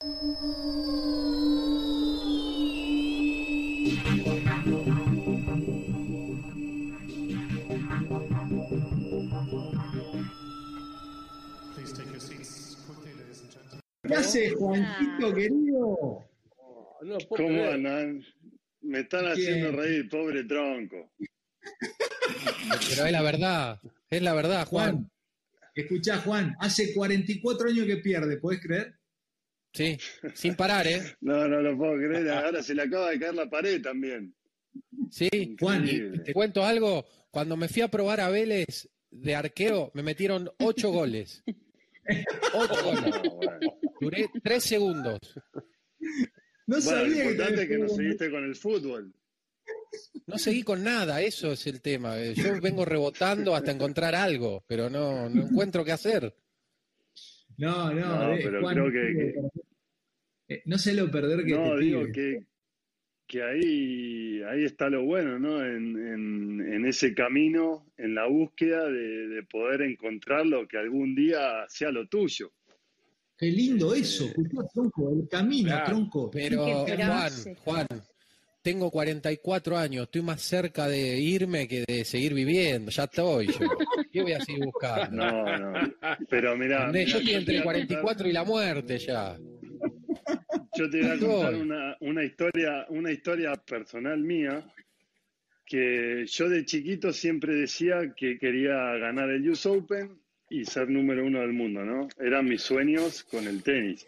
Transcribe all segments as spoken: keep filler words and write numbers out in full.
¿Qué haces, Juanquito, Ah. querido? No puedo ¿Cómo creer. andan? Me están Bien. haciendo reír, pobre tronco. Pero es la verdad, es la verdad, Juan. Juan, escuchá, Juan, hace cuarenta y cuatro años que pierde, ¿podés creer? Sí, sin parar, ¿eh? No, no lo puedo creer. Ahora se le acaba de caer la pared también. Sí, Juan, Increíble. te cuento algo. Cuando me fui a probar a Vélez de arqueo, me metieron ocho goles. Ocho goles. No, bueno. Duré tres segundos. no Bueno, lo sabía que importante es que no te seguiste con el fútbol. No seguí con nada, eso es el tema. Yo vengo rebotando hasta encontrar algo, pero no, no encuentro qué hacer. No, no, No, eh, pero Juan, creo que- que- eh, no sé lo perder que No, te digo pibe. que, que ahí, ahí está lo bueno, ¿no? En, en, en ese camino, en la búsqueda de, de poder encontrar lo que algún día sea lo tuyo. Qué lindo eso, escuchá, tronco, el camino, Claro, tronco. Pero, Qué Juan, frase. Juan, tengo cuarenta y cuatro años, estoy más cerca de irme que de seguir viviendo. Ya estoy yo. ¿Qué voy a seguir buscando? No, no. Pero mirá, ¿Entendés? Yo mirá, estoy te entre voy a cuarenta y contar- cuatro y la muerte ya. Yo te voy a Estoy. contar una, una historia, una historia personal mía, que yo de chiquito siempre decía que quería ganar el U S Open y ser número uno del mundo, ¿no? Eran mis sueños con el tenis.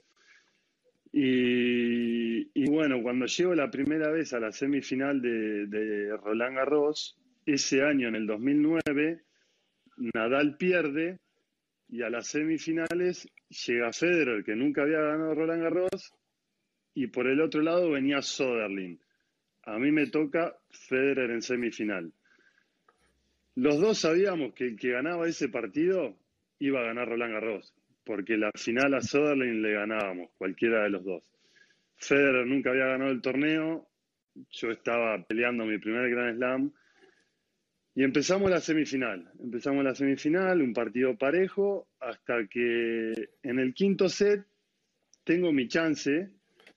Y, y bueno, cuando llego la primera vez a la semifinal de, de Roland Garros, ese año, en el dos mil nueve, Nadal pierde y a las semifinales llega Federer, que nunca había ganado Roland Garros, y por el otro lado venía Soderling. A mí me toca Federer en semifinal. Los dos sabíamos que el que ganaba ese partido iba a ganar Roland Garros, porque la final a Soderling le ganábamos, cualquiera de los dos. Federer nunca había ganado el torneo, yo estaba peleando mi primer Grand Slam, y empezamos la semifinal. Empezamos la semifinal, un partido parejo, hasta que en el quinto set tengo mi chance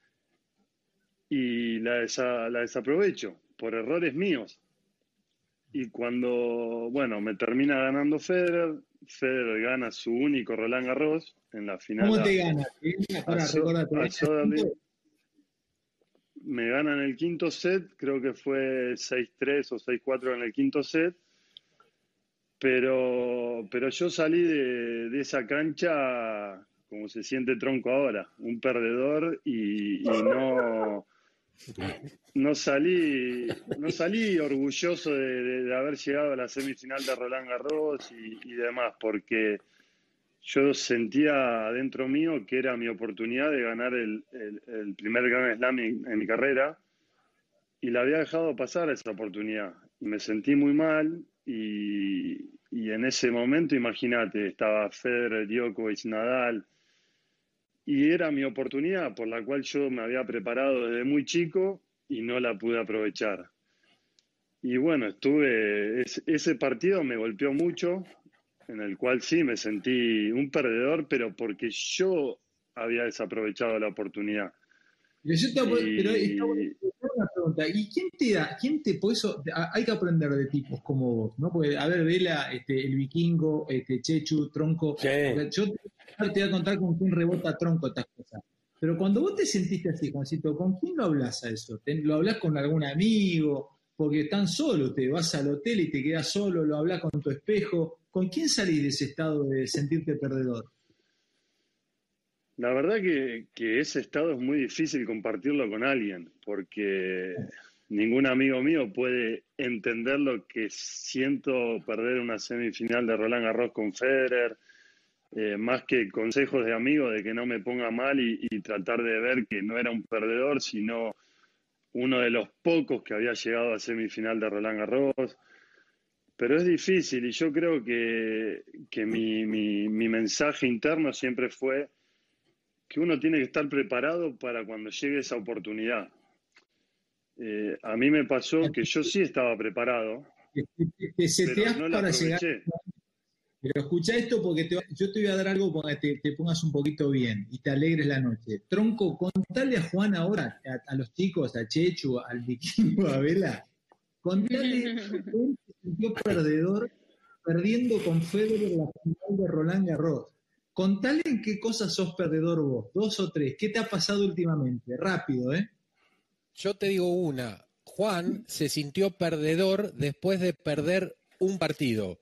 y la, desa- la desaprovecho por errores míos. Y cuando, bueno, me termina ganando Federer, Federer gana su único Roland Garros en la final. ¿Cómo a- te ganas? ¿Eh? Ahora, a So- recordate, a ¿eh? Soderling. Me gana en el quinto set, creo que fue seis tres o seis cuatro en el quinto set, pero, pero yo salí de, de esa cancha como se siente tronco ahora, un perdedor y, y no, no salí, no salí orgulloso de, de- de haber llegado a la semifinal de Roland Garros y, y demás, porque yo sentía adentro mío que era mi oportunidad de ganar el, el- el primer Grand Slam en, en mi carrera y la había dejado pasar esa oportunidad. Y me sentí muy mal y, y en ese momento, imagínate, estaba Federer, Djokovic, Nadal y era mi oportunidad por la cual yo me había preparado desde muy chico y no la pude aprovechar. Y bueno, estuve, es- ese partido me golpeó mucho, en el cual sí me sentí un perdedor, pero porque yo había desaprovechado la oportunidad. Pero yo te, pero está bueno, Y te hago una pregunta, ¿y quién te da, quién te, por eso a- hay que aprender de tipos como vos, ¿no? Porque, a ver, Vela, este, el Vikingo, este, Chechu, Tronco, Sí. porque yo te, te voy a contar con quién rebota Tronco estas cosas. Pero cuando vos te sentiste así, Juancito, ¿con quién lo hablas a eso? ¿Te- ¿Lo hablas con algún amigo? Porque están solo, te vas al hotel y te quedas solo, lo hablas con tu espejo. ¿Con quién salís de ese estado de sentirte perdedor? la verdad que, que ese estado es muy difícil compartirlo con alguien, porque ningún amigo mío puede entender lo que siento perder una semifinal de Roland Garros con Federer, eh, más que consejos de amigos de que no me ponga mal y, y tratar de ver que no era un perdedor, sino uno de los pocos que había llegado a semifinal de Roland Garros. Pero es difícil y yo creo que, que mi, mi, mi mensaje interno siempre fue que uno tiene que estar preparado para cuando llegue esa oportunidad. Eh, a mí me pasó que yo sí estaba preparado, Te, te- te pero seteás no la para llegar. aproveché. Pero escucha esto porque te, yo te voy a dar algo para que te, te pongas un poquito bien y te alegres la noche. Tronco, contale a Juan ahora, a, a los chicos, a Chechu, al Vikingo, a Vela, contale que él se sintió perdedor perdiendo con Federer la final de Roland Garros. Contale en qué cosas sos perdedor vos, dos o tres. ¿Qué te ha pasado últimamente? Rápido, ¿eh? Yo te digo una. Juan se sintió perdedor después de perder un partido.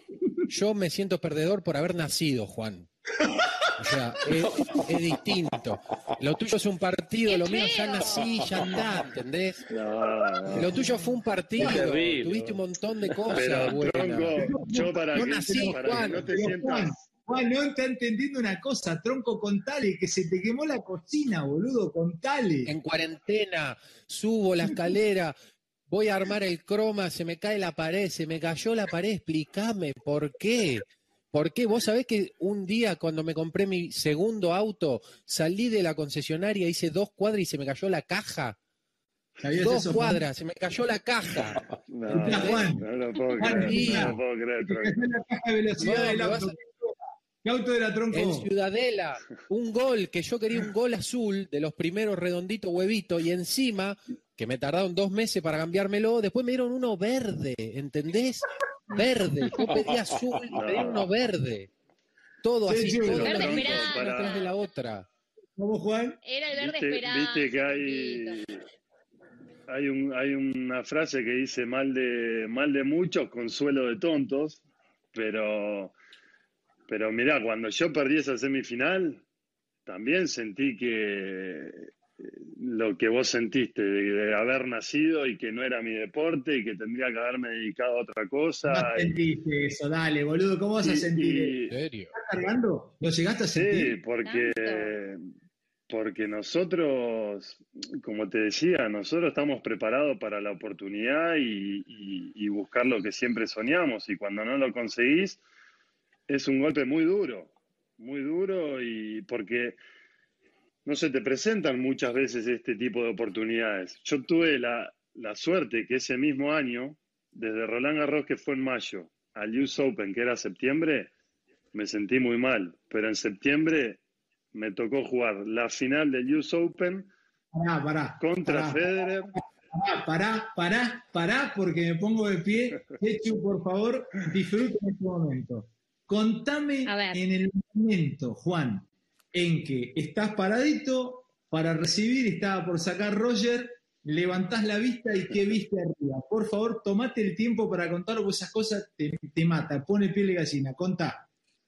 Yo me siento perdedor por haber nacido, Juan. O sea, es, es distinto. Lo tuyo es un partido, lo mío ya nací, ya andá, ¿entendés? No, Lo tuyo fue un partido, terrible. tuviste un montón de cosas pero buenas. tronco, yo para No que, nací, para Juan. que no te Pero sientas... Juan, Juan, no está entendiendo una cosa, Tronco, contale, que se te quemó la cocina, boludo, contale. En cuarentena, subo la escalera, voy a armar el croma, se me cae la pared, se me cayó la pared, explícame por qué. ¿Por qué? Vos sabés que un día cuando me compré mi segundo auto, salí de la concesionaria, hice dos cuadras y se me cayó la caja. ¿Sabías Dos eso, Juan? cuadras, se me cayó la caja. No, Escuchá, Juan. no lo puedo Juan, creer, escuchá. no lo puedo creer, Te tronco. cayó la caja de velocidad No, del me auto. vas a- ¿Qué auto era, Tronco? En Ciudadela, un gol, que yo quería un gol azul, de los primeros redonditos huevitos, y encima, que me tardaron dos meses para cambiármelo, después me dieron uno verde, ¿entendés? Verde, yo pedí azul y me dieron uno verde. Todo Sí, así, sí, todo verde una esperado. cosa Para- atrás de la otra. ¿Cómo, Juan? Era el verde Viste, esperado. viste que hay, hay, un, hay una frase que dice mal de, mal de muchos, consuelo de tontos, pero, pero mirá, cuando yo perdí esa semifinal, también sentí que eh, lo que vos sentiste de, de haber nacido y que no era mi deporte y que tendría que haberme dedicado a otra cosa. No y- sentiste eso, dale, boludo, ¿cómo vas a y- sentir eso? y- ¿En serio? ¿Estás cargando? ¿Lo llegaste a Sí, sentir? porque, porque nosotros, como te decía, nosotros estamos preparados para la oportunidad y, y- y buscar lo que siempre soñamos. Y cuando no lo conseguís, es un golpe muy duro, muy duro, y porque no se te presentan muchas veces este tipo de oportunidades. Yo tuve la, la suerte que ese mismo año, desde Roland Garros, que fue en mayo, al U S Open, que era septiembre, me sentí muy mal, pero en septiembre me tocó jugar la final del U S Open Pará, pará. contra pará, Federer. Pará, pará, pará, pará, porque me pongo de pie. Chechu, por favor, disfruta en este momento. Contame A ver. en el momento, Juan, en que estás paradito para recibir, estaba por sacar Roger, levantás la vista y qué viste arriba. Por favor, tomate el tiempo para contarlo, porque esas cosas te, te matan, pone piel de gallina. Contá.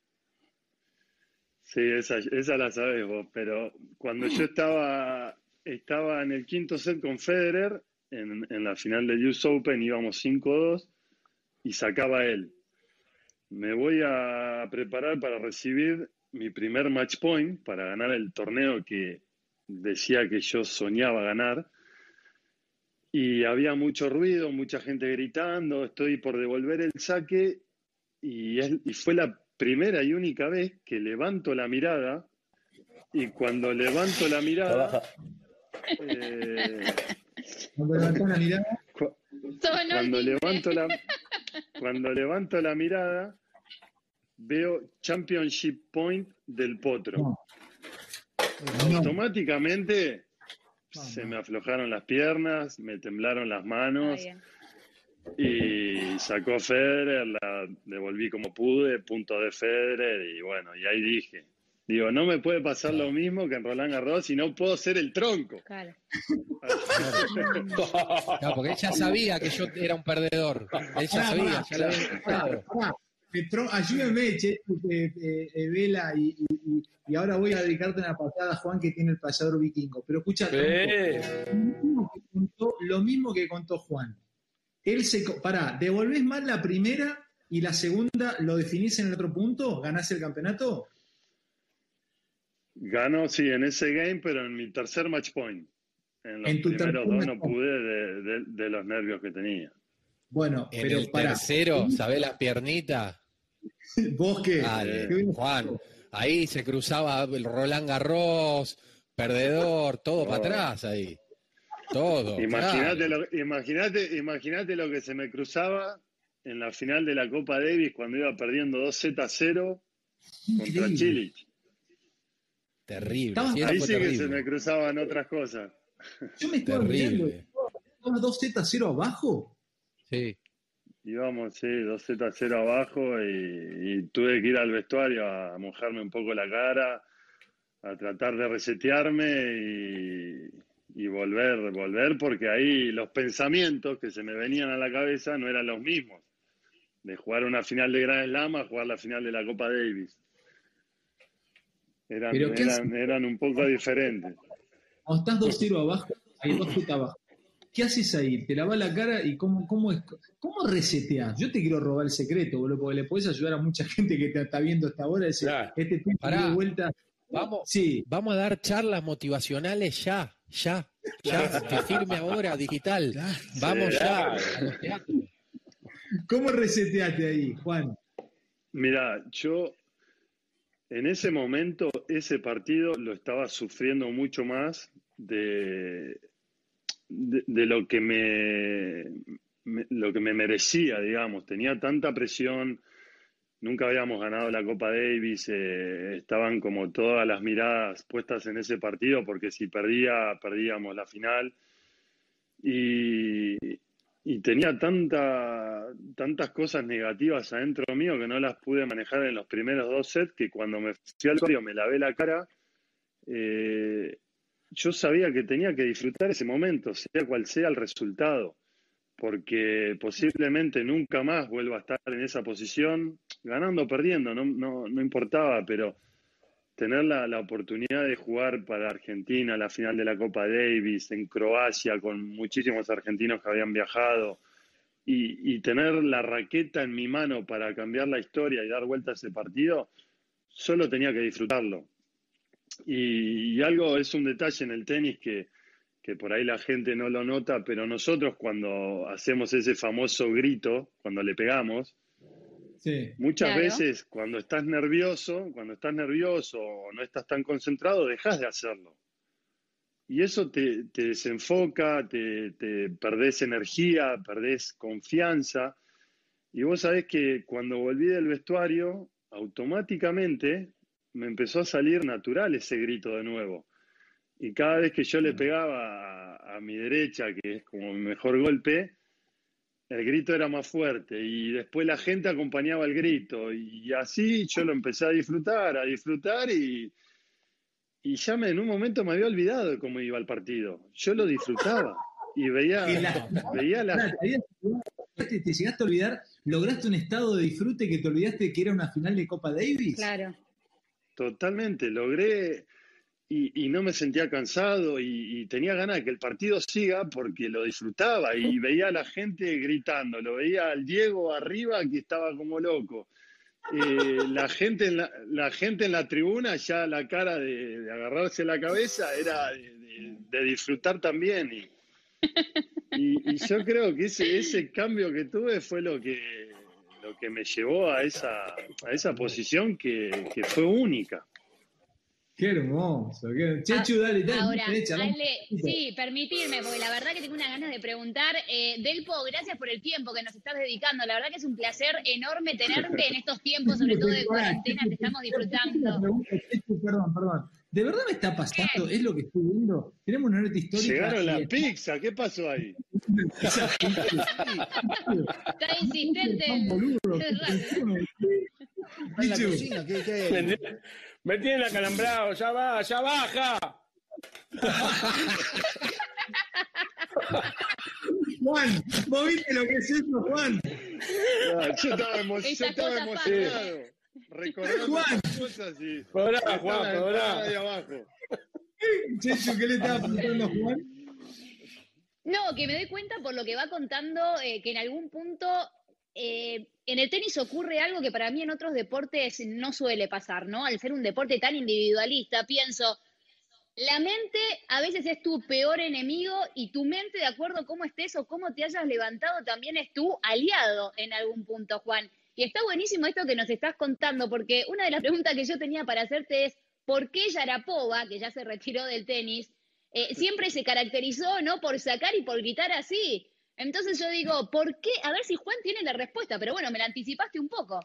Sí, esa, esa la sabes vos, pero cuando yo estaba, estaba en el quinto set con Federer, en, en la final del U S Open íbamos cinco dos y sacaba él. Me voy a preparar para recibir mi primer match point, para ganar el torneo que decía que yo soñaba ganar. Y había mucho ruido, mucha gente gritando, estoy por devolver el saque y, es, y fue la primera y única vez que levanto la mirada, y cuando levanto la mirada, eh, Cuando levantás la mirada, cu- Sonó cuando el timbre. levanto la cuando levanto la mirada, veo Championship Point del Potro. no. No. Automáticamente No, se no. me aflojaron las piernas, me temblaron las Ah, manos. bien. Y sacó Federer, la devolví como pude, punto de Federer, y bueno, y ahí dije, digo, no me puede pasar lo mismo que en Roland Garros y no puedo ser el tronco. Claro. Claro, porque él ya sabía que yo era un perdedor. Él ya Pará, sabía, pará, ya lo había intentado. Pará, Petro- ayúdame, Che, eh, eh, eh, Vela, y, y- y- y ahora voy a dedicarte una patada a Juan, que tiene el payador vikingo. Pero escucha, Eh. lo mismo que contó, lo mismo que contó Juan. Él se. co- Pará, ¿devolvés mal la primera y la segunda lo definís en el otro punto? ¿Ganás el campeonato? Ganó, sí, en ese game, pero en mi tercer match point. En los En tu primeros tercer dos match no point. pude de, de- de los nervios que tenía. Bueno, En pero el pará. tercero, ¿sabés las piernitas? ¿Vos qué? Dale, ¿Qué bien- Juan, ahí se cruzaba el Roland Garros, perdedor, todo Oh. para atrás ahí. Todo. Imagínate claro. lo, imagínate, imagínate lo que se me cruzaba en la final de la Copa Davis cuando iba perdiendo dos seta a cero contra Cilic. Terrible. Sí, ahí sí terrible. que se me cruzaban otras cosas. Yo me estaba mirando. ¿Estabas dos seta a cero abajo? Sí. Íbamos, sí, dos seta a cero abajo y, y tuve que ir al vestuario a mojarme un poco la cara, a tratar de resetearme y, y volver, volver, porque ahí los pensamientos que se me venían a la cabeza no eran los mismos. De jugar una final de Grand Slam a jugar la final de la Copa Davis. Eran, eran, eran un poco diferentes. Cuando estás dos cero abajo, hay dos seta abajo. ¿Qué haces ahí? ¿Te lavas la cara y cómo, cómo, es, cómo reseteás? Yo te quiero robar el secreto, boludo, porque le podés ayudar a mucha gente que te está viendo hasta ahora. Ese, claro. Este tipo de vuelta. Vamos, sí. vamos a dar charlas motivacionales ya, ya, ya. Que firme ahora, digital. Claro. Vamos sí, ya a los teatros. ¿Cómo reseteaste ahí, Juan? Mira, yo en ese momento, ese partido lo estaba sufriendo mucho más de, de, de lo que me, me, lo que me merecía, digamos. Tenía tanta presión, nunca habíamos ganado la Copa Davis, eh, estaban como todas las miradas puestas en ese partido, porque si perdía, perdíamos la final. Y, y tenía tanta, tantas cosas negativas adentro mío que no las pude manejar en los primeros dos sets, que cuando me fui al vestuario me lavé la cara. Eh, yo sabía que tenía que disfrutar ese momento, sea cual sea el resultado, porque posiblemente nunca más vuelva a estar en esa posición, ganando o perdiendo, no, no, no importaba, pero tener la, la oportunidad de jugar para Argentina la final de la Copa Davis, en Croacia, con muchísimos argentinos que habían viajado, y, y tener la raqueta en mi mano para cambiar la historia y dar vuelta a ese partido, solo tenía que disfrutarlo. Y, y algo, es un detalle en el tenis que, que por ahí la gente no lo nota, pero nosotros cuando hacemos ese famoso grito, cuando le pegamos, sí. Muchas claro. veces cuando estás nervioso, cuando estás nervioso o no estás tan concentrado, dejas de hacerlo. Y eso te, te desenfoca, te, te perdés energía, perdés confianza. Y vos sabés que cuando volví del vestuario, automáticamente me empezó a salir natural ese grito de nuevo. Y cada vez que yo le pegaba a, a mi derecha, que es como mi mejor golpe, el grito era más fuerte y después la gente acompañaba el grito y así yo lo empecé a disfrutar, a disfrutar y, y ya me, en un momento me había olvidado de cómo iba el partido. Yo lo disfrutaba y veía, la, veía la... ¿Te, ¿Te llegaste a olvidar? ¿Lograste un estado de disfrute que te olvidaste que era una final de Copa Davis? Claro. Totalmente, logré... Y, y no me sentía cansado y, y tenía ganas de que el partido siga porque lo disfrutaba y veía a la gente gritando, lo veía al Diego arriba que estaba como loco. Eh, la, gente en la, la gente en la tribuna, ya la cara de, de agarrarse la cabeza era de, de, de disfrutar también. Y, y, y yo creo que ese, ese cambio que tuve fue lo que, lo que me llevó a esa, a esa posición que, que fue única. Qué hermoso. Qué... Chechu, dale, dale. Ahora, Ale, sí, permitirme, porque la verdad que tengo unas ganas de preguntar. Eh, Delpo, gracias por el tiempo que nos estás dedicando. La verdad que es un placer enorme tenerte en estos tiempos, sobre todo de cuarentena, te estamos disfrutando. Chechu, perdón, perdón. ¿De verdad me está pasando? ¿Es lo que estoy viendo? Tenemos una nota histórica. Llegaron la pizza, ¿qué pasó ahí? Está insistente. El... Me tienen acalambrado, ya va, ya baja. Juan, ¿vos viste lo que es eso, Juan? No, yo estaba, emo yo estaba emocionado. Recordando Juan. cosas y... Podrá, Juan, podrá. Ahí abajo. Chechu, ¿qué le estaba preguntando a Juan? No, que me doy cuenta por lo que va contando eh, que en algún punto... Eh, en el tenis ocurre algo que para mí en otros deportes no suele pasar, ¿no? Al ser un deporte tan individualista, pienso, la mente a veces es tu peor enemigo y tu mente, de acuerdo a cómo estés o cómo te hayas levantado, también es tu aliado en algún punto, Juan. Y está buenísimo esto que nos estás contando, porque una de las preguntas que yo tenía para hacerte es, ¿por qué Sharapova, que ya se retiró del tenis, eh, siempre se caracterizó, ¿no?, por sacar y por gritar así? Entonces yo digo, ¿por qué? A ver si Juan tiene la respuesta, pero bueno, me la anticipaste un poco.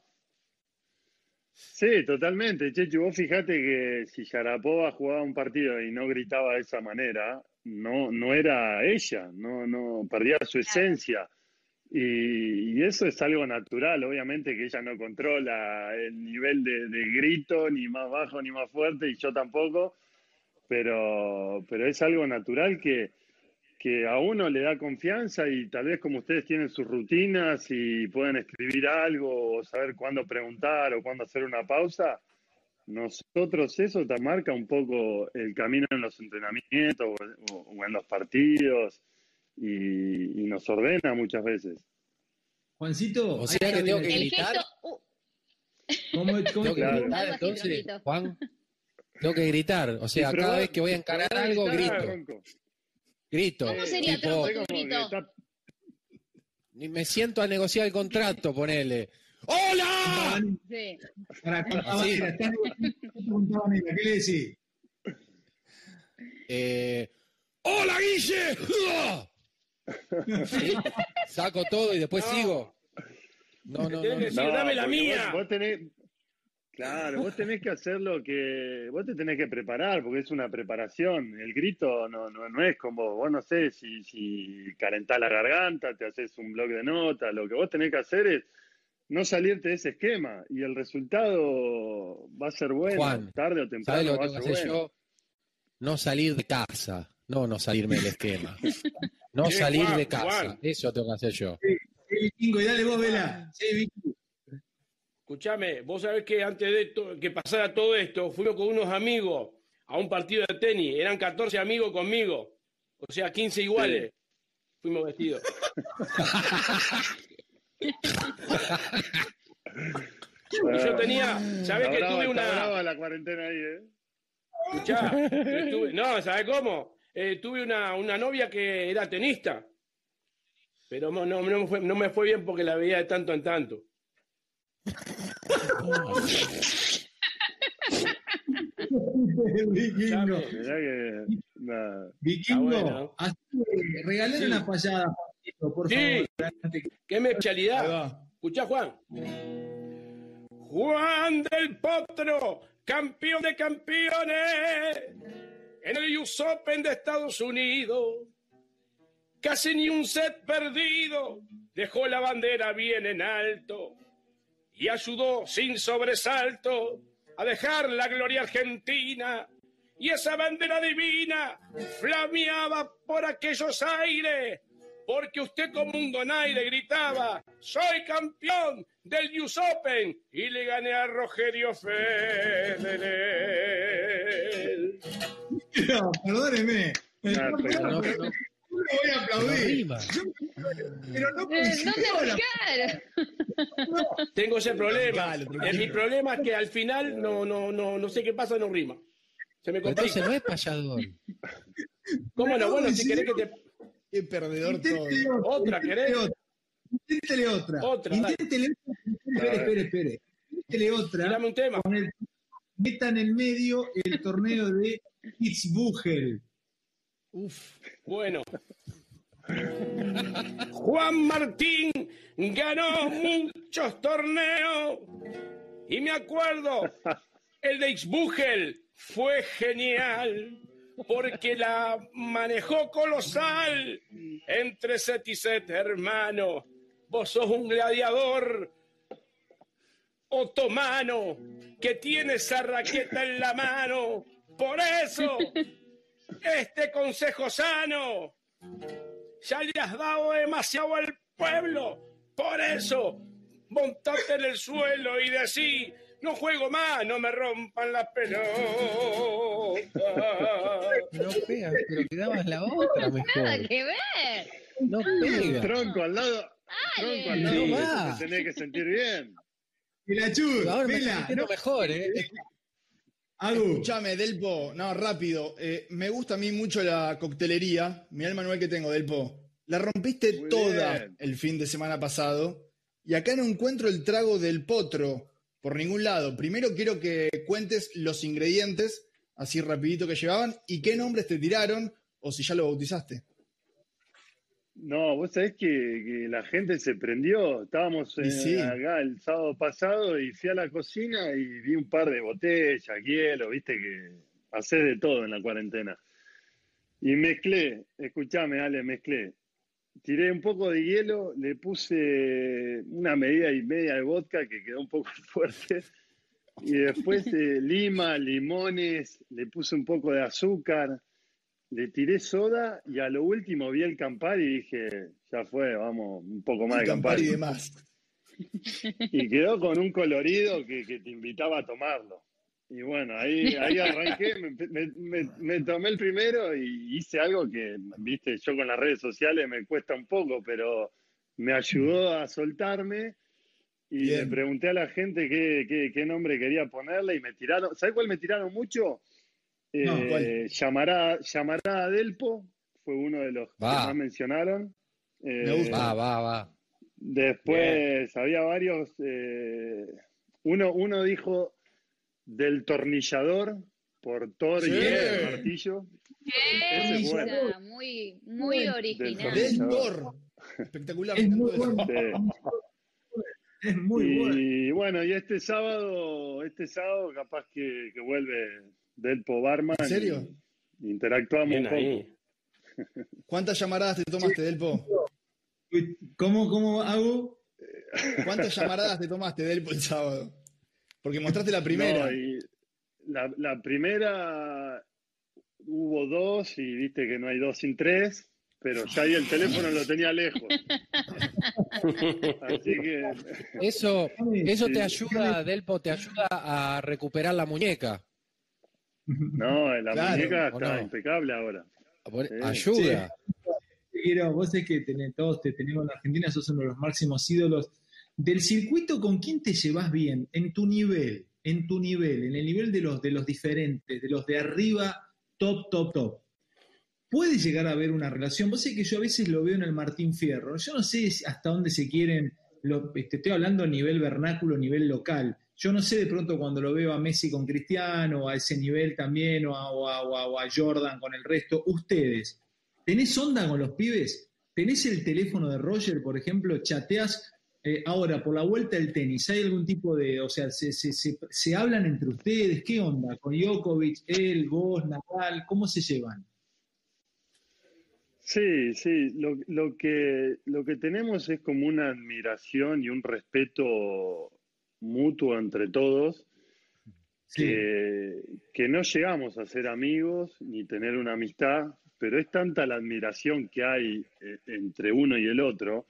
Sí, totalmente. Chechu, vos fijate que si Sharapova jugaba un partido y no gritaba de esa manera, no, no era ella, no, no, perdía su esencia. Y, y eso es algo natural, obviamente que ella no controla el nivel de, de grito, ni más bajo ni más fuerte, y yo tampoco, pero, pero es algo natural que, que a uno le da confianza y tal vez como ustedes tienen sus rutinas y pueden escribir algo o saber cuándo preguntar o cuándo hacer una pausa, nosotros eso te marca un poco el camino en los entrenamientos o, o en los partidos y, y nos ordena muchas veces. Juancito, O sea que tengo que El gritar. gesto, uh, ¿cómo, cómo Tengo que Claro. gritar, Algo así, entonces, Tronquito. Juan. Tengo que gritar. O sea, Sí, pero cada vos- vez que voy a encarar pero vos algo, gritá, grito. Ronco. Grito. ¿Cómo sería, Tipo, Tronco, Fue tu como que grito? está- ni me siento a negociar el contrato, ponele. ¡Hola! Sí. Para contar Así. Vanera, estás negociando, Vanera, ¿qué le decís? Eh, ¡Hola, Guille! Sí, saco todo y después No. sigo. No, no, Tenés no. que no. decir, dame la porque mía. Vos, vos tenés, claro, vos tenés que hacer lo que, vos te tenés que preparar, porque es una preparación. El grito no, no, no es como, vos no sé, si, si calentás la garganta, te haces un bloc de notas, lo que vos tenés que hacer es no salirte de ese esquema y el resultado va a ser bueno, Juan, tarde o ¿sabes temprano lo que va a tengo que ser hacer bueno. yo? No salir de casa. No, no salirme del esquema. No Sí, salir Juan, de casa. Juan. Eso tengo que hacer yo. Sí, Vikingo, y dale vos, Vela. Sí, Vikingo. Escuchame, vos sabés que antes de to- que pasara todo esto, fuimos con unos amigos a un partido de tenis. Eran catorce amigos conmigo. O sea, quince iguales. Fuimos vestidos. Y yo tenía, ¿sabés Está que brava, tuve está una... brava la cuarentena ahí, ¿eh? Escuchá, estuve- no, ¿sabés cómo? Eh, tuve una, una novia que era tenista. Pero no, no, no me fue, no me fue bien porque la veía de tanto en tanto. Vikingo. Mirá que, nada. Vikingo, Está bueno. así que regalale Sí. una payada, Juancito, por Sí. favor. antes que- ¿Qué me Ahí especialidad? va. Escuchá, Juan. Juan del Potro, campeón de campeones en el U S Open de Estados Unidos. Casi ni un set perdido, dejó la bandera bien en alto y ayudó sin sobresalto a dejar la gloria argentina. Y esa bandera divina flameaba por aquellos aires, porque usted como un donaire gritaba, soy campeón del U S Open y le gané a Rogerio Federer. No, perdóneme. Ah, No, pero no, No, pero no, no lo voy a no aplaudir. rima. Pero no Eh, coincidió ¿Dónde la- buscar? Tengo ese problema. Dale, tranquilo. Eh, mi problema es que al final no, no, no, no sé qué pasa, no rima. Se me Pero entonces complica. no es payador. ¿Cómo no? no Bueno, si querés coincidió. que te... Qué perdedor todo. Inténtele otra. ¿Otra inténtele querés? otra. Inténtele otra. Otra, dale. Inténtele otra. Espere, espere, espere. Inténtele otra. Tirame un tema. Con el, meta en el medio el torneo de Kitzbühel. Uf. Bueno. Juan Martín ganó muchos torneos y me acuerdo, el de Ixbúgel fue genial porque la manejó colosal entre set y set, hermano. Vos sos un gladiador otomano que tiene esa raqueta en la mano. Por eso, este consejo sano ya le has dado demasiado al pueblo. Por eso, montate en el suelo y decí, no juego más, no me rompan la pelota. No pega, pero que dabas la otra Nada mejor. que ver. No pega. Tronco al lado, tronco al lado, No de va. eso te tenés que sentir bien. Y la chur, Ahora me Vela, estoy sintiendo no, mejor, ¿eh? Agu. Escúchame, Delpo, no, rápido. Eh, me gusta a mí mucho la coctelería. Mirá el manual que tengo, Delpo. La rompiste Muy toda bien. el fin de semana pasado. Y acá no encuentro el trago del potro por ningún lado. Primero quiero que cuentes los ingredientes, así rapidito que llevaban, y qué nombres te tiraron, o si ya lo bautizaste. No, vos sabés que, que la gente se prendió. Estábamos Y eh, sí. acá el sábado pasado y fui a la cocina y vi un par de botellas, hielo, viste que hacés de todo en la cuarentena. Y mezclé, escuchame, Ale, mezclé. Tiré un poco de hielo, le puse una medida y media de vodka que quedó un poco fuerte. Y después eh, lima, limones, le puse un poco de azúcar. Le tiré soda y a lo último vi el Campari y dije, ya fue, vamos, un poco más El de Campari Campari. de más. Y quedó con un colorido que, que te invitaba a tomarlo. Y bueno, ahí, ahí arranqué, me, me- me- me tomé el primero y hice algo que, viste, yo con las redes sociales me cuesta un poco, pero me ayudó a soltarme y Bien. le pregunté a la gente qué, qué, qué nombre quería ponerle y me tiraron, ¿sabes cuál me tiraron mucho? No, Eh, ¿cuál? Llamarada, Llamarada Delpo fue uno de los que Va. más mencionaron. Eh, Me gusta. Va, va, va. Después había varios. eh, uno, uno dijo del tornillador por Thor Sí. y el martillo. Ese es bueno. Esa, muy, muy Bueno. original. Del Del Thor. Espectacular. Es me muy encantó eso. bueno. Sí. Es muy bueno. Y bueno, y este sábado, este sábado capaz que, que vuelve Delpo Barman. ¿En serio? y interactuamos Bien un poco. ahí. ¿Cuántas llamaradas te tomaste, Delpo? Uy, ¿Cómo, cómo hago? ¿Cuántas llamaradas te tomaste, Delpo, el sábado? Porque mostraste la primera. No, y la, la primera hubo dos y viste que no hay dos sin tres, pero ya ahí el teléfono lo tenía lejos. Así que Eso, eso te Sí. ayuda, Delpo, te ayuda a recuperar la muñeca. no, la Claro, muñeca ¿o está no? impecable ahora. Sí. Ayuda. Quiero, vos es que tenés, todos te tenemos en la Argentina, sos uno de los máximos ídolos del circuito. ¿Con quién te llevas bien? En tu nivel, en tu nivel, en el nivel de los, de los diferentes, de los de arriba, top, top, top. Puede llegar a haber una relación. Vos sé que yo a veces lo veo en el Martín Fierro. Yo no sé si hasta dónde se quieren, lo, este, estoy hablando a nivel vernáculo, nivel local. Yo no sé de pronto cuando lo veo a Messi con Cristiano, a ese nivel también, o a, o a- o a- o a Jordan con el resto. Ustedes, ¿tenés onda con los pibes? ¿Tenés el teléfono de Roger, por ejemplo? ¿Chateás eh, ahora por la vuelta del tenis? ¿Hay algún tipo de, o sea, se, se, se, se hablan entre ustedes? ¿Qué onda? ¿Con Djokovic, él, vos, Nadal? ¿Cómo se llevan? Sí, sí, lo, lo que, lo que tenemos es como una admiración y un respeto mutuo entre todos, Sí. que, que no llegamos a ser amigos ni tener una amistad, pero es tanta la admiración que hay eh, entre uno y el otro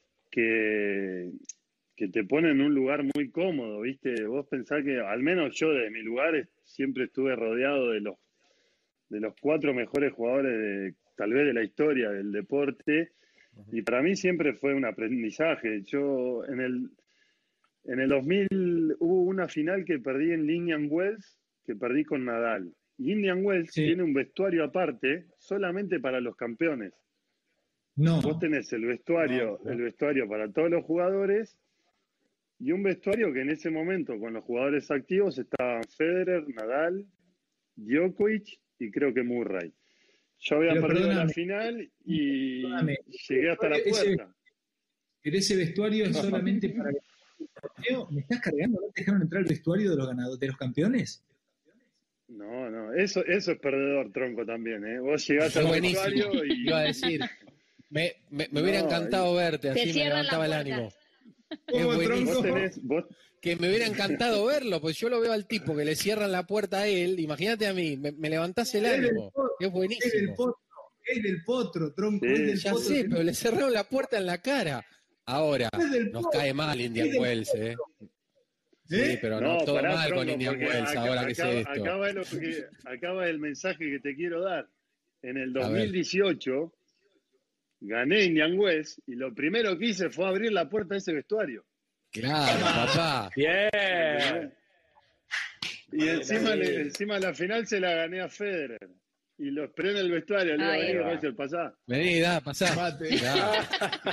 que, que te pone en un lugar muy cómodo, ¿viste? Vos pensás que, al menos yo desde mi lugar, es- siempre estuve rodeado de los, de los cuatro mejores jugadores de, tal vez de la historia del deporte, y para mí siempre fue un aprendizaje. Yo en el, en el dos mil hubo una final que perdí en Indian Wells, que perdí con Nadal. Y Indian Wells Sí. tiene un vestuario aparte solamente para los campeones. No. Vos tenés el vestuario, No, no. el vestuario para todos los jugadores y un vestuario que en ese momento con los jugadores activos estaban Federer, Nadal, Djokovic y creo que Murray. Yo había Pero perdido la perdóname. final y Perdóname. llegué hasta la Ese- puerta. Pero ese vestuario es solamente para el torneo. ¿Me estás cargando? ¿No te dejaron entrar al vestuario de los ganadores, de los campeones? No, no, eso, eso es perdedor, tronco, también, ¿eh? Vos llegás Fue al buenísimo. vestuario y... Iba a decir, me, me, me hubiera No, encantado verte, Te así me cierran levantaba el la ánimo. puerta. Es ¿Cómo, buenísimo. Vos tronco? tenés, vos, Que me hubiera encantado verlo, pues yo lo veo al tipo que le cierran la puerta a él, imagínate a mí, me, me levantás el Es del ánimo. potro, Es Es del buenísimo. potro, es del potro, tronco, Sí, es del Ya potro. sé, pero le cerraron la puerta en la cara. Ahora, Es del nos potro, cae mal Indian es del Wells, ¿eh? Sí, ¿Eh? pero no, todo pará, mal con tronco, Indian porque Wells acá- ahora que acaba, sé esto. acaba, lo que- acaba el mensaje que te quiero dar. En el A dos ver. mil dieciocho gané Indian Wells y lo primero que hice fue abrir la puerta de ese vestuario. Claro, papá. Bien. Y encima, le- encima la final se la gané a Federer. Y lo esperé en el vestuario. Le digo, Ahí vení, va. Roger, pasá. Vení, da, pasá. Mate. Da.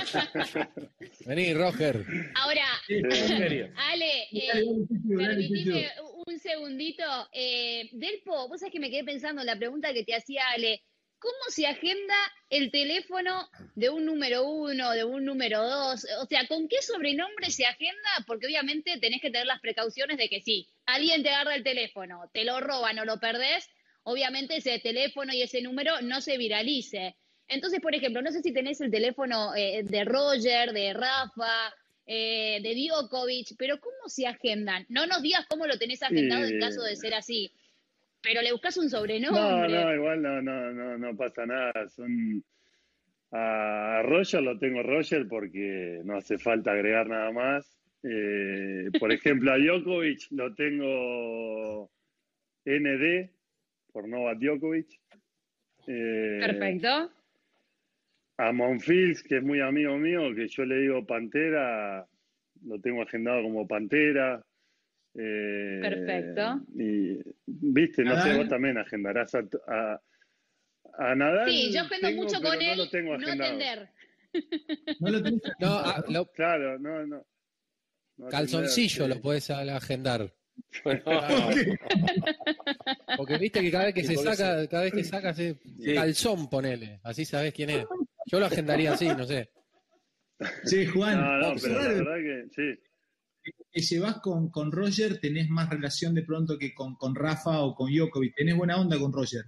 Vení, Roger. Ahora, En serio. Ale, eh, Dale, dale, Chuchu, dale, permitime Chuchu. un segundito. Eh, Delpo, vos sabés que me quedé pensando en la pregunta que te hacía Ale. ¿cómo se agenda el teléfono de un número uno, de un número dos? O sea, ¿con qué sobrenombre se agenda? Porque obviamente tenés que tener las precauciones de que si alguien te agarra el teléfono, te lo roban o lo perdés, obviamente ese teléfono y ese número no se viralice. Entonces, por ejemplo, no sé si tenés el teléfono eh, de Roger, de Rafa, eh, de Djokovic, pero ¿cómo se agendan? No nos digas cómo lo tenés agendado en Y- caso de ser así, pero le buscas un No, sobrenombre. no, igual no, no, no, no pasa nada. Son a Roger lo tengo Roger porque no hace falta agregar nada más. Eh, por ejemplo, a Djokovic lo tengo N D por Novak Djokovic. Eh, Perfecto. a Monfils, que es muy amigo mío, que yo le digo Pantera, lo tengo agendado como Pantera. Eh, Perfecto. Y, viste, no sé, Nadal. vos también agendarás a, a, a Nadal. Sí, yo agendo tengo, mucho pero con no él, lo tengo no agendado. atender. No lo tenés No, agendado. ah, lo- Claro, no, no. no calzoncillo atender, lo podés agendar. Bueno, Porque viste que cada vez que Sí, se porque saca, cada vez que saca se Sí. calzón, ponele, así sabés quién es. Yo lo agendaría así, no sé. Che, Juan, No, no, es pero la raro verdad que sí. que llevas con, con Roger, tenés más relación de pronto que con, con Rafa o con Djokovic. Tenés buena onda con Roger.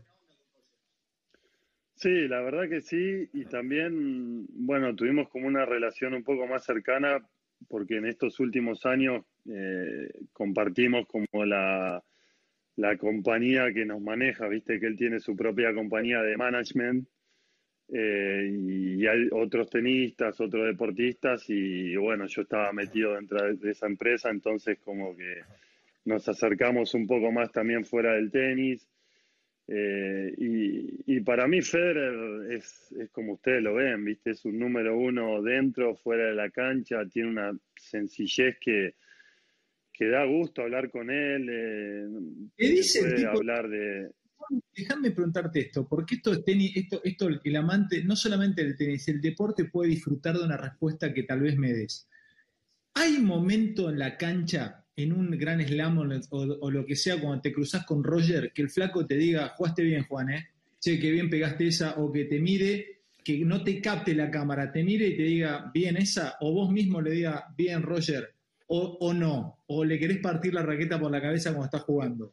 Sí, la verdad que sí, y también, bueno, tuvimos como una relación un poco más cercana porque en estos últimos años eh, compartimos como la, la compañía que nos maneja, viste que él tiene su propia compañía de management eh, y hay otros tenistas, otros deportistas y bueno, yo estaba metido dentro de esa empresa, entonces como que nos acercamos un poco más también fuera del tenis. Eh, y, y para mí Federer es, es como ustedes lo ven, ¿viste? Es un número uno dentro, fuera de la cancha, tiene una sencillez que, que da gusto hablar con él, eh, ¿Qué dice el puede tipo? hablar de... Déjame preguntarte esto, porque esto es tenis, esto, esto el amante, no solamente del tenis, el deporte puede disfrutar de una respuesta que tal vez me des. ¿Hay momento en la cancha, en un gran slam o, o- o lo que sea, cuando te cruzas con Roger, que el flaco te diga, jugaste bien, Juan, ¿eh? Che, que bien pegaste esa, o que te mire, que no te capte la cámara, te mire y te diga, bien esa, o vos mismo le diga, bien, Roger, o, o no, o le querés partir la raqueta por la cabeza cuando estás jugando?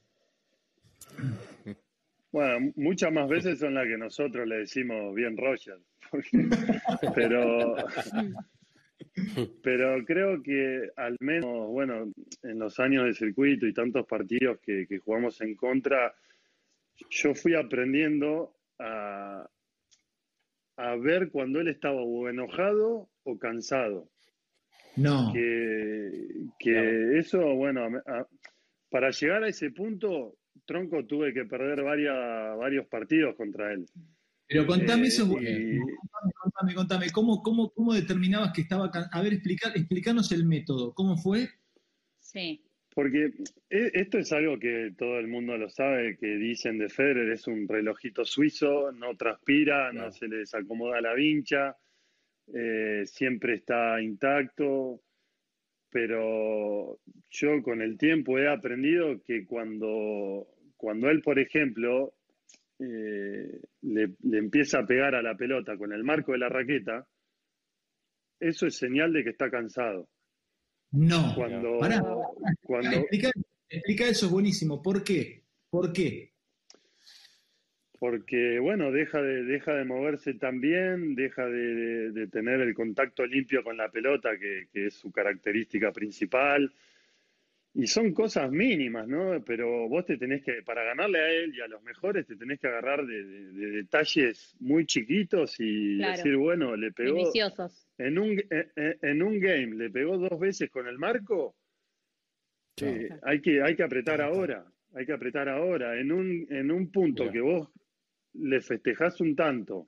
Bueno, muchas más veces son las que nosotros le decimos bien Roger, porque- pero, pero creo que al menos, bueno, en los años de circuito y tantos partidos que, que jugamos en contra, yo fui aprendiendo a, a ver cuando él estaba o enojado o cansado. No. Que, que eso, bueno, a- a- para llegar a ese punto, Tronco tuve que perder varias, varios partidos contra él. Pero contame Eh, eso, y- contame, contame, contame, ¿cómo, cómo, cómo determinabas que estaba can- A ver, explicar, explicanos el método, ¿cómo fue? Sí. Porque e- esto es algo que todo el mundo lo sabe, que dicen de Federer, es un relojito suizo, no transpira, no Claro. se le desacomoda la vincha, eh, siempre está intacto, pero yo con el tiempo he aprendido que cuando, cuando él, por ejemplo, eh, le, le empieza a pegar a la pelota con el marco de la raqueta, eso es señal de que está cansado. No. Cuando, Pará, cuando, explica, explica eso, es buenísimo. ¿Por qué? ¿Por qué? porque bueno, deja de, deja de moverse tan bien, deja de, de- de tener el contacto limpio con la pelota, que, que es su característica principal. Y son cosas mínimas, ¿no? Pero vos te tenés que, para ganarle a él y a los mejores, te tenés que agarrar de, de- de detalles muy chiquitos y Claro. decir, bueno, le pegó Minuciosos. en un, en, en un game, le pegó dos veces con el marco, Chao. eh, hay que, hay que apretar ahora, hay que apretar ahora. En un, en un punto Mirá. que vos le festejás un tanto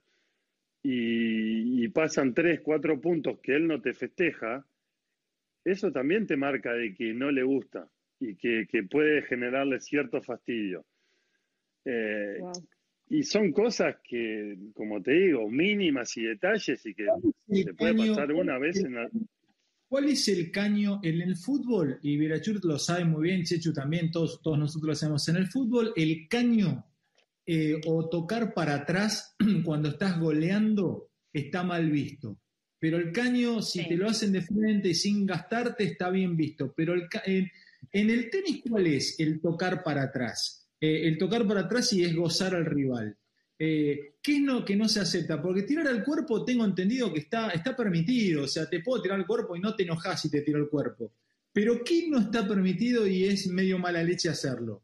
y, y pasan tres, cuatro puntos que él no te festeja, eso también te marca de que no le gusta y que, que puede generarle cierto fastidio. Eh, Wow. y son cosas que, como te digo, mínimas y detalles y que El te puede caño- pasar una vez en la... ¿Cuál es el caño en el fútbol? Y Virachur lo sabe muy bien, Chechu también, todos, todos nosotros lo sabemos. En el fútbol, el caño eh, o tocar para atrás cuando estás goleando está mal visto. Pero el caño, si Sí. te lo hacen de frente y sin gastarte, está bien visto. Pero el, en, en el tenis, ¿cuál es el tocar para atrás? Eh, el tocar para atrás y es gozar al rival. Eh, ¿Qué es lo que no se acepta? Porque tirar al cuerpo tengo entendido que está, está permitido. O sea, te puedo tirar al cuerpo y no te enojas si te tiro al cuerpo. Pero ¿qué no está permitido y es medio mala leche hacerlo?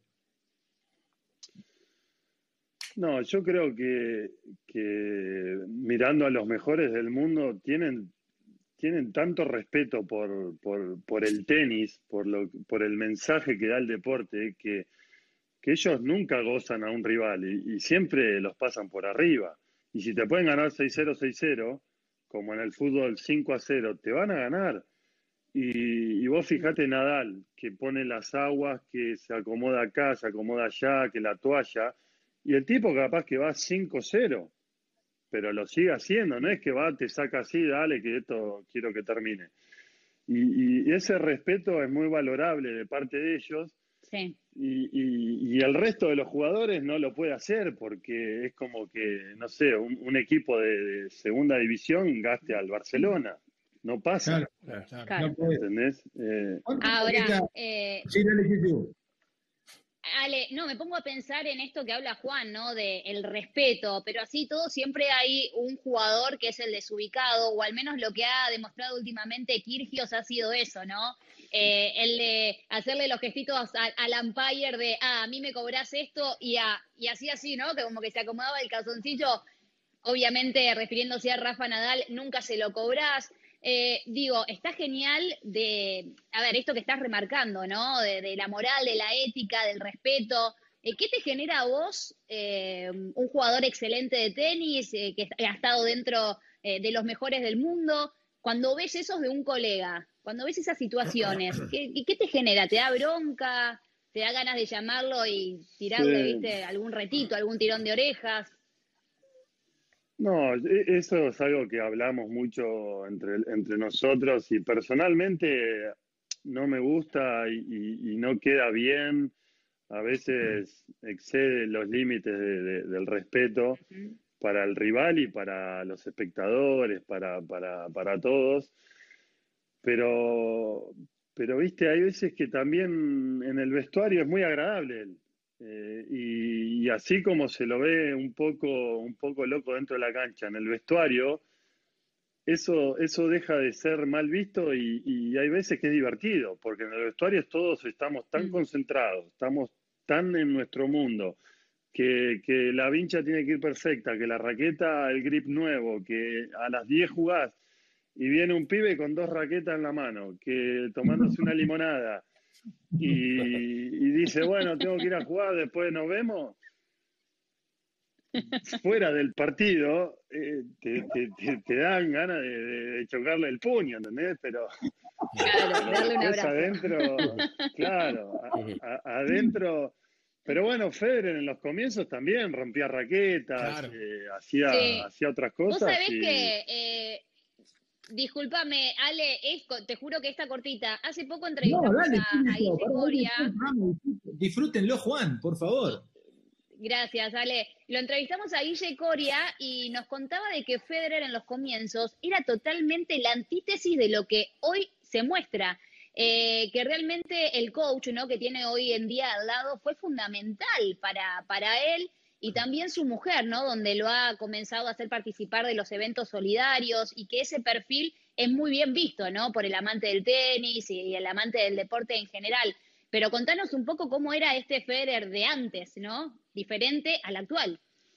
No, yo creo que, que mirando a los mejores del mundo tienen, tienen tanto respeto por, por, por el tenis, por, lo, por el mensaje que da el deporte, que, que ellos nunca gozan a un rival y, y siempre los pasan por arriba. Y si te pueden ganar seis cero, seis cero, como en el fútbol cinco a cero, te van a ganar. Y, y vos fijate Nadal, que pone las aguas, que se acomoda acá, se acomoda allá, que la toalla, y el tipo capaz que va cinco cero, pero lo sigue haciendo, no es que va, te saca así, dale, que esto quiero que termine. Y, y ese respeto es muy valorable de parte de ellos, Sí. y, y, y el resto de los jugadores no lo puede hacer, porque es como que, no sé, un, un equipo de, de segunda división gaste al Barcelona. No pasa, Claro, Claro. no puede. ¿entendés? Eh, ¿Cuánto Ahora, raqueta? eh, Sí, dale, sí, sí. Ale, no, me pongo a pensar en esto que habla Juan, ¿no? De el respeto, pero así todo siempre hay un jugador que es el desubicado, o al menos lo que ha demostrado últimamente Kyrgios ha sido eso, ¿no? Eh, el de hacerle los gestitos a- al umpire de, ah, a mí me cobrás esto, y, a, y así así, ¿no? Que como que se acomodaba el calzoncillo, obviamente refiriéndose a Rafa Nadal, nunca se lo cobrás. Eh, digo, está genial de, a ver, esto que estás remarcando, ¿no? De, de la moral, de la ética, del respeto. Eh, ¿Qué te genera a vos, eh, un jugador excelente de tenis, eh, que ha estado dentro eh, de los mejores del mundo, cuando ves esos de un colega, cuando ves esas situaciones, ¿qué, qué te genera? ¿Te da bronca? ¿Te da ganas de llamarlo y tirarle, sí. viste, algún retito, algún tirón de orejas? No, e- eso es algo que hablamos mucho entre, entre nosotros y personalmente no me gusta y, y- y no queda bien. A veces excede los límites de- de- del respeto Ujú. para el rival y para los espectadores, para, para, para todos. Pero, pero, viste, hay veces que también en el vestuario es muy agradable él. Eh, y, y así como se lo ve un poco, un poco loco dentro de la cancha, en el vestuario, eso, eso deja de ser mal visto y, y hay veces que es divertido, porque en el vestuario todos estamos tan Mm. concentrados, estamos tan en nuestro mundo, que, que la vincha tiene que ir perfecta, que la raqueta, el grip nuevo, que a las diez jugás y viene un pibe con dos raquetas en la mano, que tomándose una limonada y, y dice, bueno, tengo que ir a jugar, después nos vemos. Fuera del partido, eh, te, te, te, te dan ganas de, de chocarle el puño, ¿entendés? Pero, Claro, pero darle un después abrazo. adentro, claro, a- a- adentro. Pero bueno, Federer en los comienzos también rompía raquetas, Claro. eh, hacía, Sí. hacía otras Vos cosas sabés y que, eh, discúlpame, Ale, es co- te juro que está cortita. Hace poco No, entrevistamos dale, a, a público, Guille para Coria. disfrútenlo, Juan, por favor. Gracias, Ale. Lo entrevistamos a Guille Coria y nos contaba de que Federer en los comienzos era totalmente la antítesis de lo que hoy se muestra. Eh, que realmente el coach, ¿no?, que tiene hoy en día al lado fue fundamental para, para él y también su mujer, ¿no?, donde lo ha comenzado a hacer participar de los eventos solidarios y que ese perfil es muy bien visto, ¿no?, por el amante del tenis y el amante del deporte en general. Pero contanos un poco cómo era este Federer de antes, ¿no? Diferente al actual.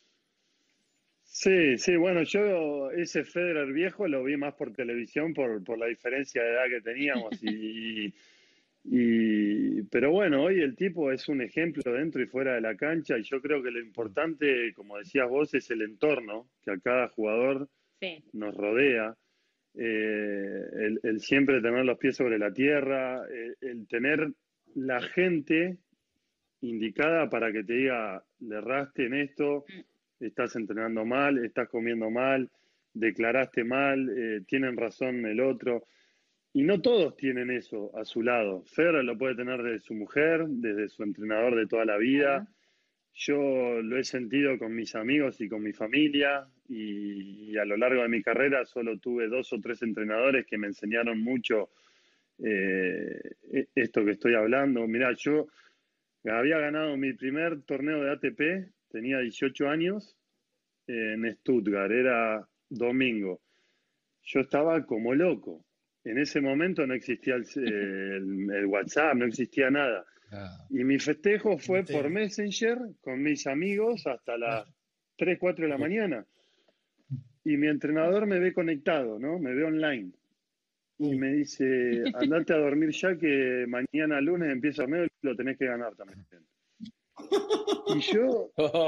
sí, sí, bueno, yo ese Federer viejo lo vi más por televisión por, por la diferencia de edad que teníamos y, y, pero bueno, hoy el tipo es un ejemplo dentro y fuera de la cancha y yo creo que lo importante, como decías vos, es el entorno que a cada jugador Sí. nos rodea, eh, el, el siempre tener los pies sobre la tierra, el, el tener la gente indicada para que te diga, le erraste en esto, estás entrenando mal, estás comiendo mal, declaraste mal, eh, tienen razón el otro. Y no todos tienen eso a su lado. Federer lo puede tener desde su mujer, desde su entrenador de toda la vida, Claro. yo lo he sentido con mis amigos y con mi familia, y, y a lo largo de mi carrera solo tuve dos o tres entrenadores que me enseñaron mucho eh, esto que estoy hablando. Mirá, yo había ganado mi primer torneo de A T P, tenía dieciocho años, eh, en Stuttgart, era domingo. Yo estaba como loco. En ese momento no existía el, el, el WhatsApp, no existía nada. Ah, Y mi festejo fue Entiendo. por Messenger con mis amigos hasta las tres, cuatro de la mañana. Y mi entrenador me ve conectado, ¿no? Me ve online. Y Uh. me dice, andate a dormir ya que mañana lunes empieza el torneo y lo tenés que ganar también. Y yo,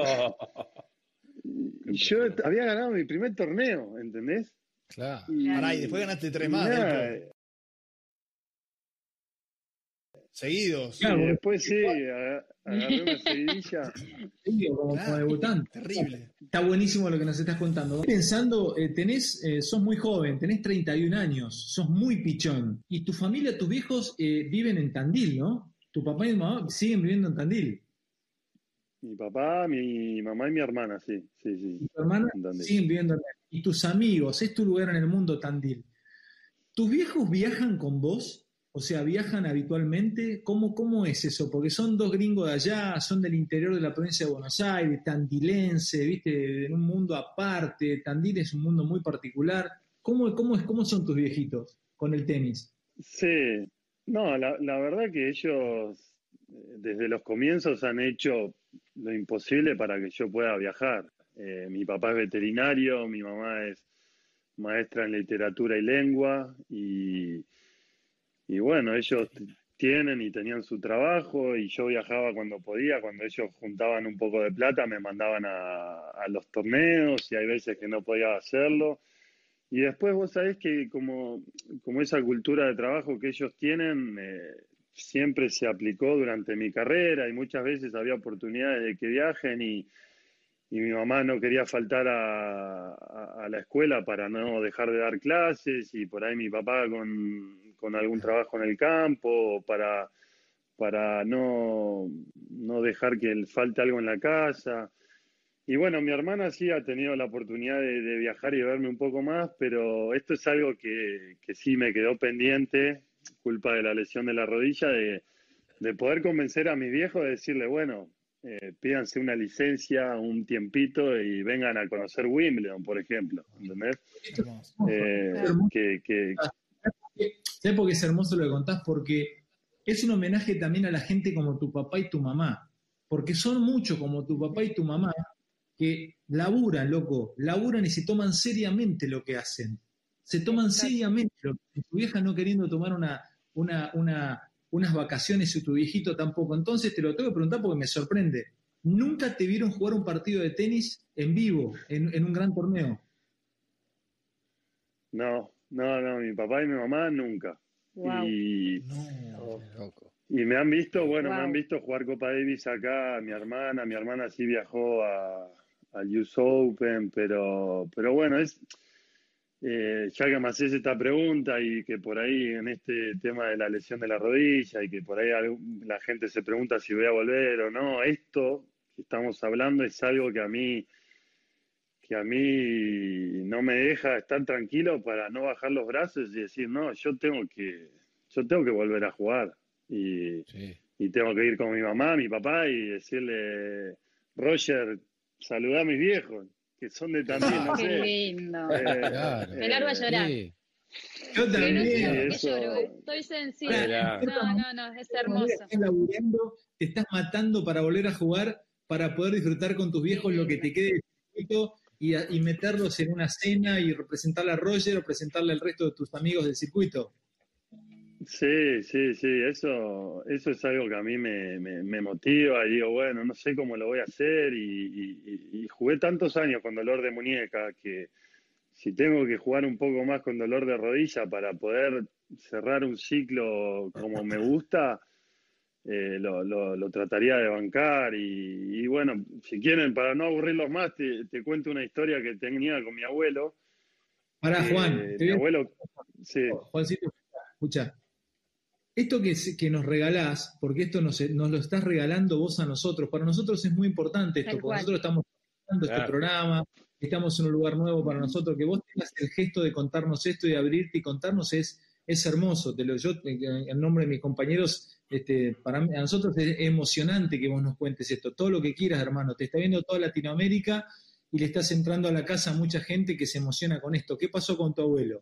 y yo había ganado mi primer torneo, ¿entendés? claro. Y, Pará, y después ganaste tres y más, nada, Delpo. Seguidos. y Claro, después sí, aga- agarré una seguidilla. Sí, como, como Claro. debutante. Terrible. Está buenísimo lo que nos estás contando. Pensando, eh, tenés, eh, sos muy joven, tenés treinta y un años, sos muy pichón. Y tu familia, tus viejos eh, viven en Tandil, ¿no? Tu papá y tu mamá siguen viviendo en Tandil. Mi papá, mi mamá y mi hermana, sí, sí, sí. Y tu hermana en Tandil. siguen viviendo en Tandil. Y tus amigos, es tu lugar en el mundo, Tandil. ¿Tus viejos viajan con vos? O sea, ¿viajan habitualmente? ¿Cómo, cómo es eso? Porque son dos gringos de allá, son del interior de la provincia de Buenos Aires, tandilense, ¿viste? En un mundo aparte. Tandil es un mundo muy particular. ¿Cómo, cómo, es, cómo son tus viejitos con el tenis? Sí, no, la, la verdad que ellos eh, desde los comienzos han hecho lo imposible para que yo pueda viajar. Eh, mi papá es veterinario, mi mamá es maestra en literatura y lengua, y, y bueno, ellos t- tienen y tenían su trabajo, y yo viajaba cuando podía. Cuando ellos juntaban un poco de plata me mandaban a, a los torneos, y hay veces que no podía hacerlo. Y después vos sabés que como, como esa cultura de trabajo que ellos tienen, eh, siempre se aplicó durante mi carrera, y muchas veces había oportunidades de que viajen, y, y mi mamá no quería faltar a, a- a la escuela para no dejar de dar clases, y por ahí mi papá con, con algún trabajo en el campo, para, para no, no dejar que falte algo en la casa. Y bueno, mi hermana sí ha tenido la oportunidad de, de viajar y verme un poco más, pero esto es algo que, que sí me quedó pendiente, culpa de la lesión de la rodilla, de, de poder convencer a mis viejos, de decirle, bueno, eh, pídanse una licencia un tiempito y vengan a conocer Wimbledon, por ejemplo, ¿entendés? Hermoso. Eh, Claro. que, que, ¿Sabes por qué es hermoso lo que contás? Porque es un homenaje también a la gente como tu papá y tu mamá. Porque son muchos como tu papá y tu mamá que laburan, loco, laburan y se toman seriamente lo que hacen. Se toman Exacto. seriamente lo que hacen. Tu vieja no queriendo tomar una, una, una, unas vacaciones y tu viejito tampoco. Entonces te lo tengo que preguntar porque me sorprende. ¿Nunca te vieron jugar un partido de tenis en vivo, en, en un gran torneo? no, no, no, mi papá y mi mamá nunca. Wow. Y, No. Qué loco. y me han visto, bueno, me han Wow. visto jugar Copa Davis acá, mi hermana, mi hermana sí viajó a, al U S Open, pero, pero bueno, es, eh, ya que me haces esta pregunta, y que por ahí en este tema de la lesión de la rodilla, y que por ahí algún- la gente se pregunta si voy a volver o no, esto que estamos hablando es algo que a mí, que a mí no me deja estar tranquilo para no bajar los brazos y decir, no, yo tengo que, yo tengo que volver a jugar. Y, Sí. y tengo que ir con mi mamá, mi papá, y decirle, Roger, saludá a mis viejos, que son de Tandil, no Qué sé. lindo. Eh, Claro. Me largo a eh, llorar. Sí. Yo Que no también. sé Sí, por qué eso- lloro. Estoy sensible. Era- No, no, no, es hermoso. Estás laburando, te estás matando para volver a jugar, para poder disfrutar con tus viejos lo que te quede de circuito y, a- y meterlos en una cena y representarle a Roger o presentarle al resto de tus amigos del circuito. Sí, sí, sí, eso, eso es algo que a mí me, me, me motiva, y digo, bueno, no sé cómo lo voy a hacer, y, y- y jugué tantos años con dolor de muñeca que si tengo que jugar un poco más con dolor de rodilla para poder cerrar un ciclo como me gusta, eh, lo, lo, lo trataría de bancar. Y, y bueno, si quieren, para no aburrirlos más, te, te cuento una historia que tenía con mi abuelo. Pará, que Juan, te mi voy a- abuelo, sí, Juancito, escucha. esto que, que nos regalás, porque esto nos, nos lo estás regalando vos a nosotros, para nosotros es muy importante esto, Tal porque cual. nosotros estamos haciendo Claro. este programa, estamos en un lugar nuevo para nosotros, que vos tengas el gesto de contarnos esto y abrirte y contarnos es, es hermoso. Te lo, yo, en nombre de mis compañeros, este, para mí, a nosotros es emocionante que vos nos cuentes esto, todo lo que quieras, hermano. Te está viendo toda Latinoamérica y le estás entrando a la casa a mucha gente que se emociona con esto. ¿Qué pasó con tu abuelo?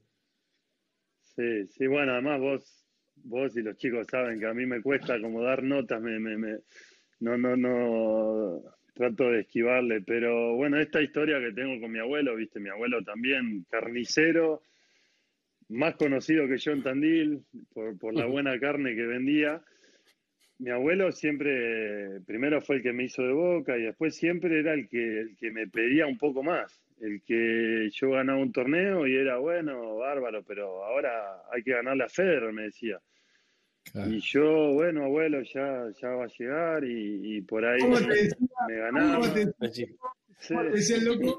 Sí, sí, bueno, además vos, vos y los chicos saben que a mí me cuesta como dar notas, me, me, me, no, no, no, trato de esquivarle, pero bueno, esta historia que tengo con mi abuelo, viste, mi abuelo también, carnicero, más conocido que yo en Tandil, por, por la buena carne que vendía. Mi abuelo siempre, primero fue el que me hizo de Boca y después siempre era el que, el que me pedía un poco más, el que yo ganaba un torneo y era bueno, bárbaro, pero ahora hay que ganarle a Federer, me decía. Claro. Y yo, bueno, abuelo, ya, ya va a llegar y, y por ahí ¿Cómo te decía? me ganaba. ¿Cómo te, Sí. Sí. cómo te decía el loco?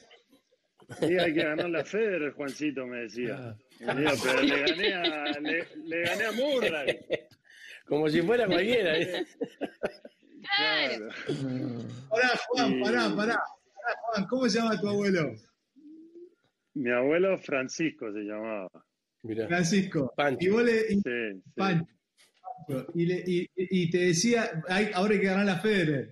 Sí, hay que ganarle a Federer, Juancito, me decía. Y le digo, pero le gané a, le, le gané a Murray. Como si fuera cualquiera. ¿eh? Claro. Pará, Juan, Y- pará, pará. Pará, Juan, ¿cómo se llama tu abuelo? Mi abuelo Francisco se llamaba. Mirá. Francisco. Pancho. Y vos le, y, Sí, sí. Pancho. Pancho. Y, le- y- y te decía, "Ay, ahora hay que ganar la Federer".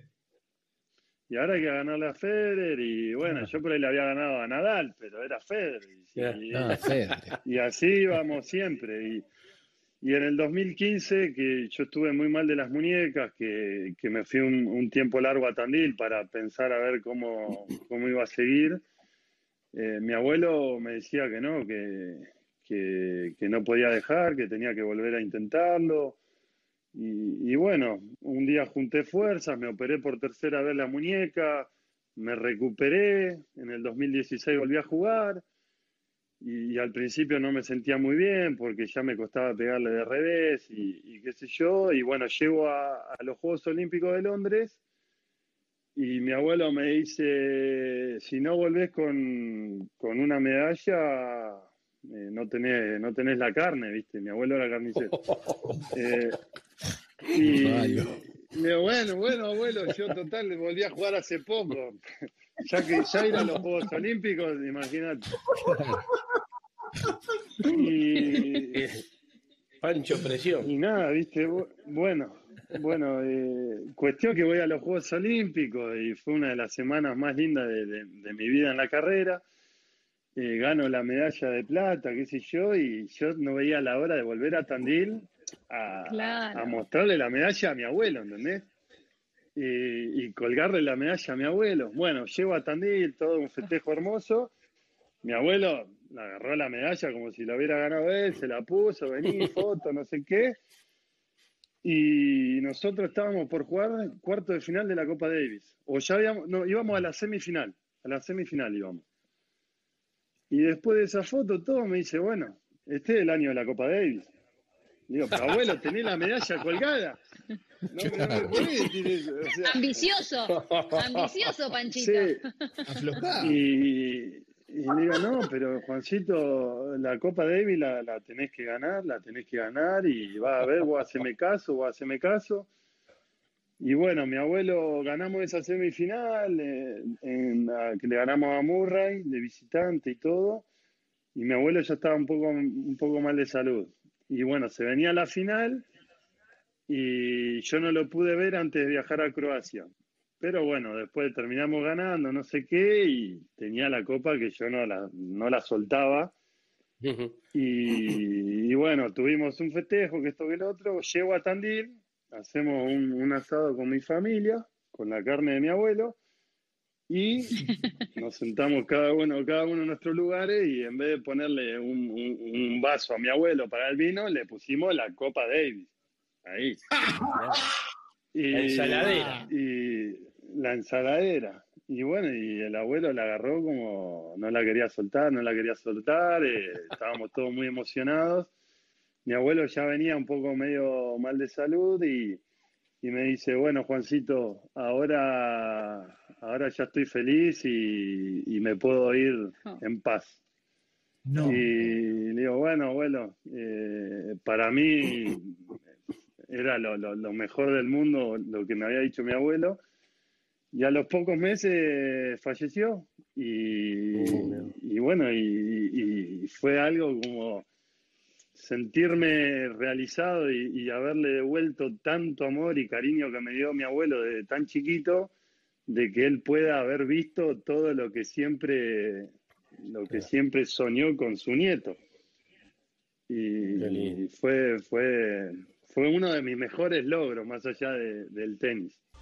Y ahora hay que ganarle a Federer y bueno, yo por ahí le había ganado a Nadal, pero era Federer. Y, Ya. y- No, Federer. y así íbamos siempre. Y, y en el dos mil quince, que yo estuve muy mal de las muñecas, que, que me fui un, un tiempo largo a Tandil para pensar a ver cómo, cómo iba a seguir, eh, mi abuelo me decía que no, que, que, que no podía dejar, que tenía que volver a intentarlo. Y, y bueno, un día junté fuerzas, me operé por tercera vez la muñeca, me recuperé, en el dos mil dieciséis volví a jugar y, y al principio no me sentía muy bien porque ya me costaba pegarle de revés y, y qué sé yo, y bueno, llego a, a los Juegos Olímpicos de Londres y mi abuelo me dice, si no volvés con, con una medalla, eh, no tenés, no tenés la carne, ¿viste? Mi abuelo era carnicero. Eh, y Mario. le digo, bueno, bueno, abuelo, yo total volví a jugar hace poco. Ya que ya ir a los Juegos Olímpicos, imagínate. Y, Pancho Presión. y nada, viste, Bu- bueno, bueno, eh, cuestión que voy a los Juegos Olímpicos y fue una de las semanas más lindas de, de- de mi vida en la carrera. Eh, gano la medalla de plata, qué sé yo, y yo no veía la hora de volver a Tandil a, Claro. a mostrarle la medalla a mi abuelo, ¿entendés? Y, y colgarle la medalla a mi abuelo. Bueno, llego a Tandil, todo un festejo hermoso. Mi abuelo la agarró la medalla como si la hubiera ganado él, se la puso, vení, foto, no sé qué. Y nosotros estábamos por jugar cuarto de final de la Copa Davis. O ya habíamos, no, íbamos a la semifinal, a la semifinal íbamos. Y después de esa foto, todo me dice, bueno, este es el año de la Copa Davis. Digo, pero abuelo, tenés la medalla colgada. No, no me podés decir eso. O sea, Ambicioso, ambicioso, Panchito. sí. Aflojá. Y, y le digo, no, pero Juancito, la Copa Davis la, la tenés que ganar, la tenés que ganar y va a ver, vos haceme caso, vos haceme caso. Y bueno, mi abuelo ganamos esa semifinal, eh, en la que le ganamos a Murray de visitante y todo, y mi abuelo ya estaba un poco, un poco mal de salud. Y bueno, se venía la final y yo no lo pude ver antes de viajar a Croacia. Pero bueno, después terminamos ganando, no sé qué, y tenía la copa que yo no la, no la soltaba. Y, y bueno, tuvimos un festejo, que esto que lo otro. Llego a Tandil, hacemos un, un asado con mi familia, con la carne de mi abuelo, y nos sentamos cada uno, cada uno en nuestros lugares, y en vez de ponerle un, un, un vaso a mi abuelo para el vino, le pusimos la Copa Davis. Ahí. Y, La ensaladera. Y la ensaladera. Y bueno, y el abuelo la agarró como no la quería soltar, no la quería soltar, eh, estábamos todos muy emocionados. Mi abuelo ya venía un poco medio mal de salud y, y me dice, bueno, Juancito, ahora, ahora ya estoy feliz y, y me puedo ir en paz. No. Y le digo, bueno, abuelo, eh, para mí era lo, lo, lo mejor del mundo, lo que me había dicho mi abuelo. Y a los pocos meses falleció. Y, Uh, y bueno, y, y fue algo como sentirme realizado y, y haberle devuelto tanto amor y cariño que me dio mi abuelo desde tan chiquito, de que él pueda haber visto todo lo que siempre, lo que siempre soñó con su nieto. Y fue, fue, fue uno de mis mejores logros, más allá de, del tenis.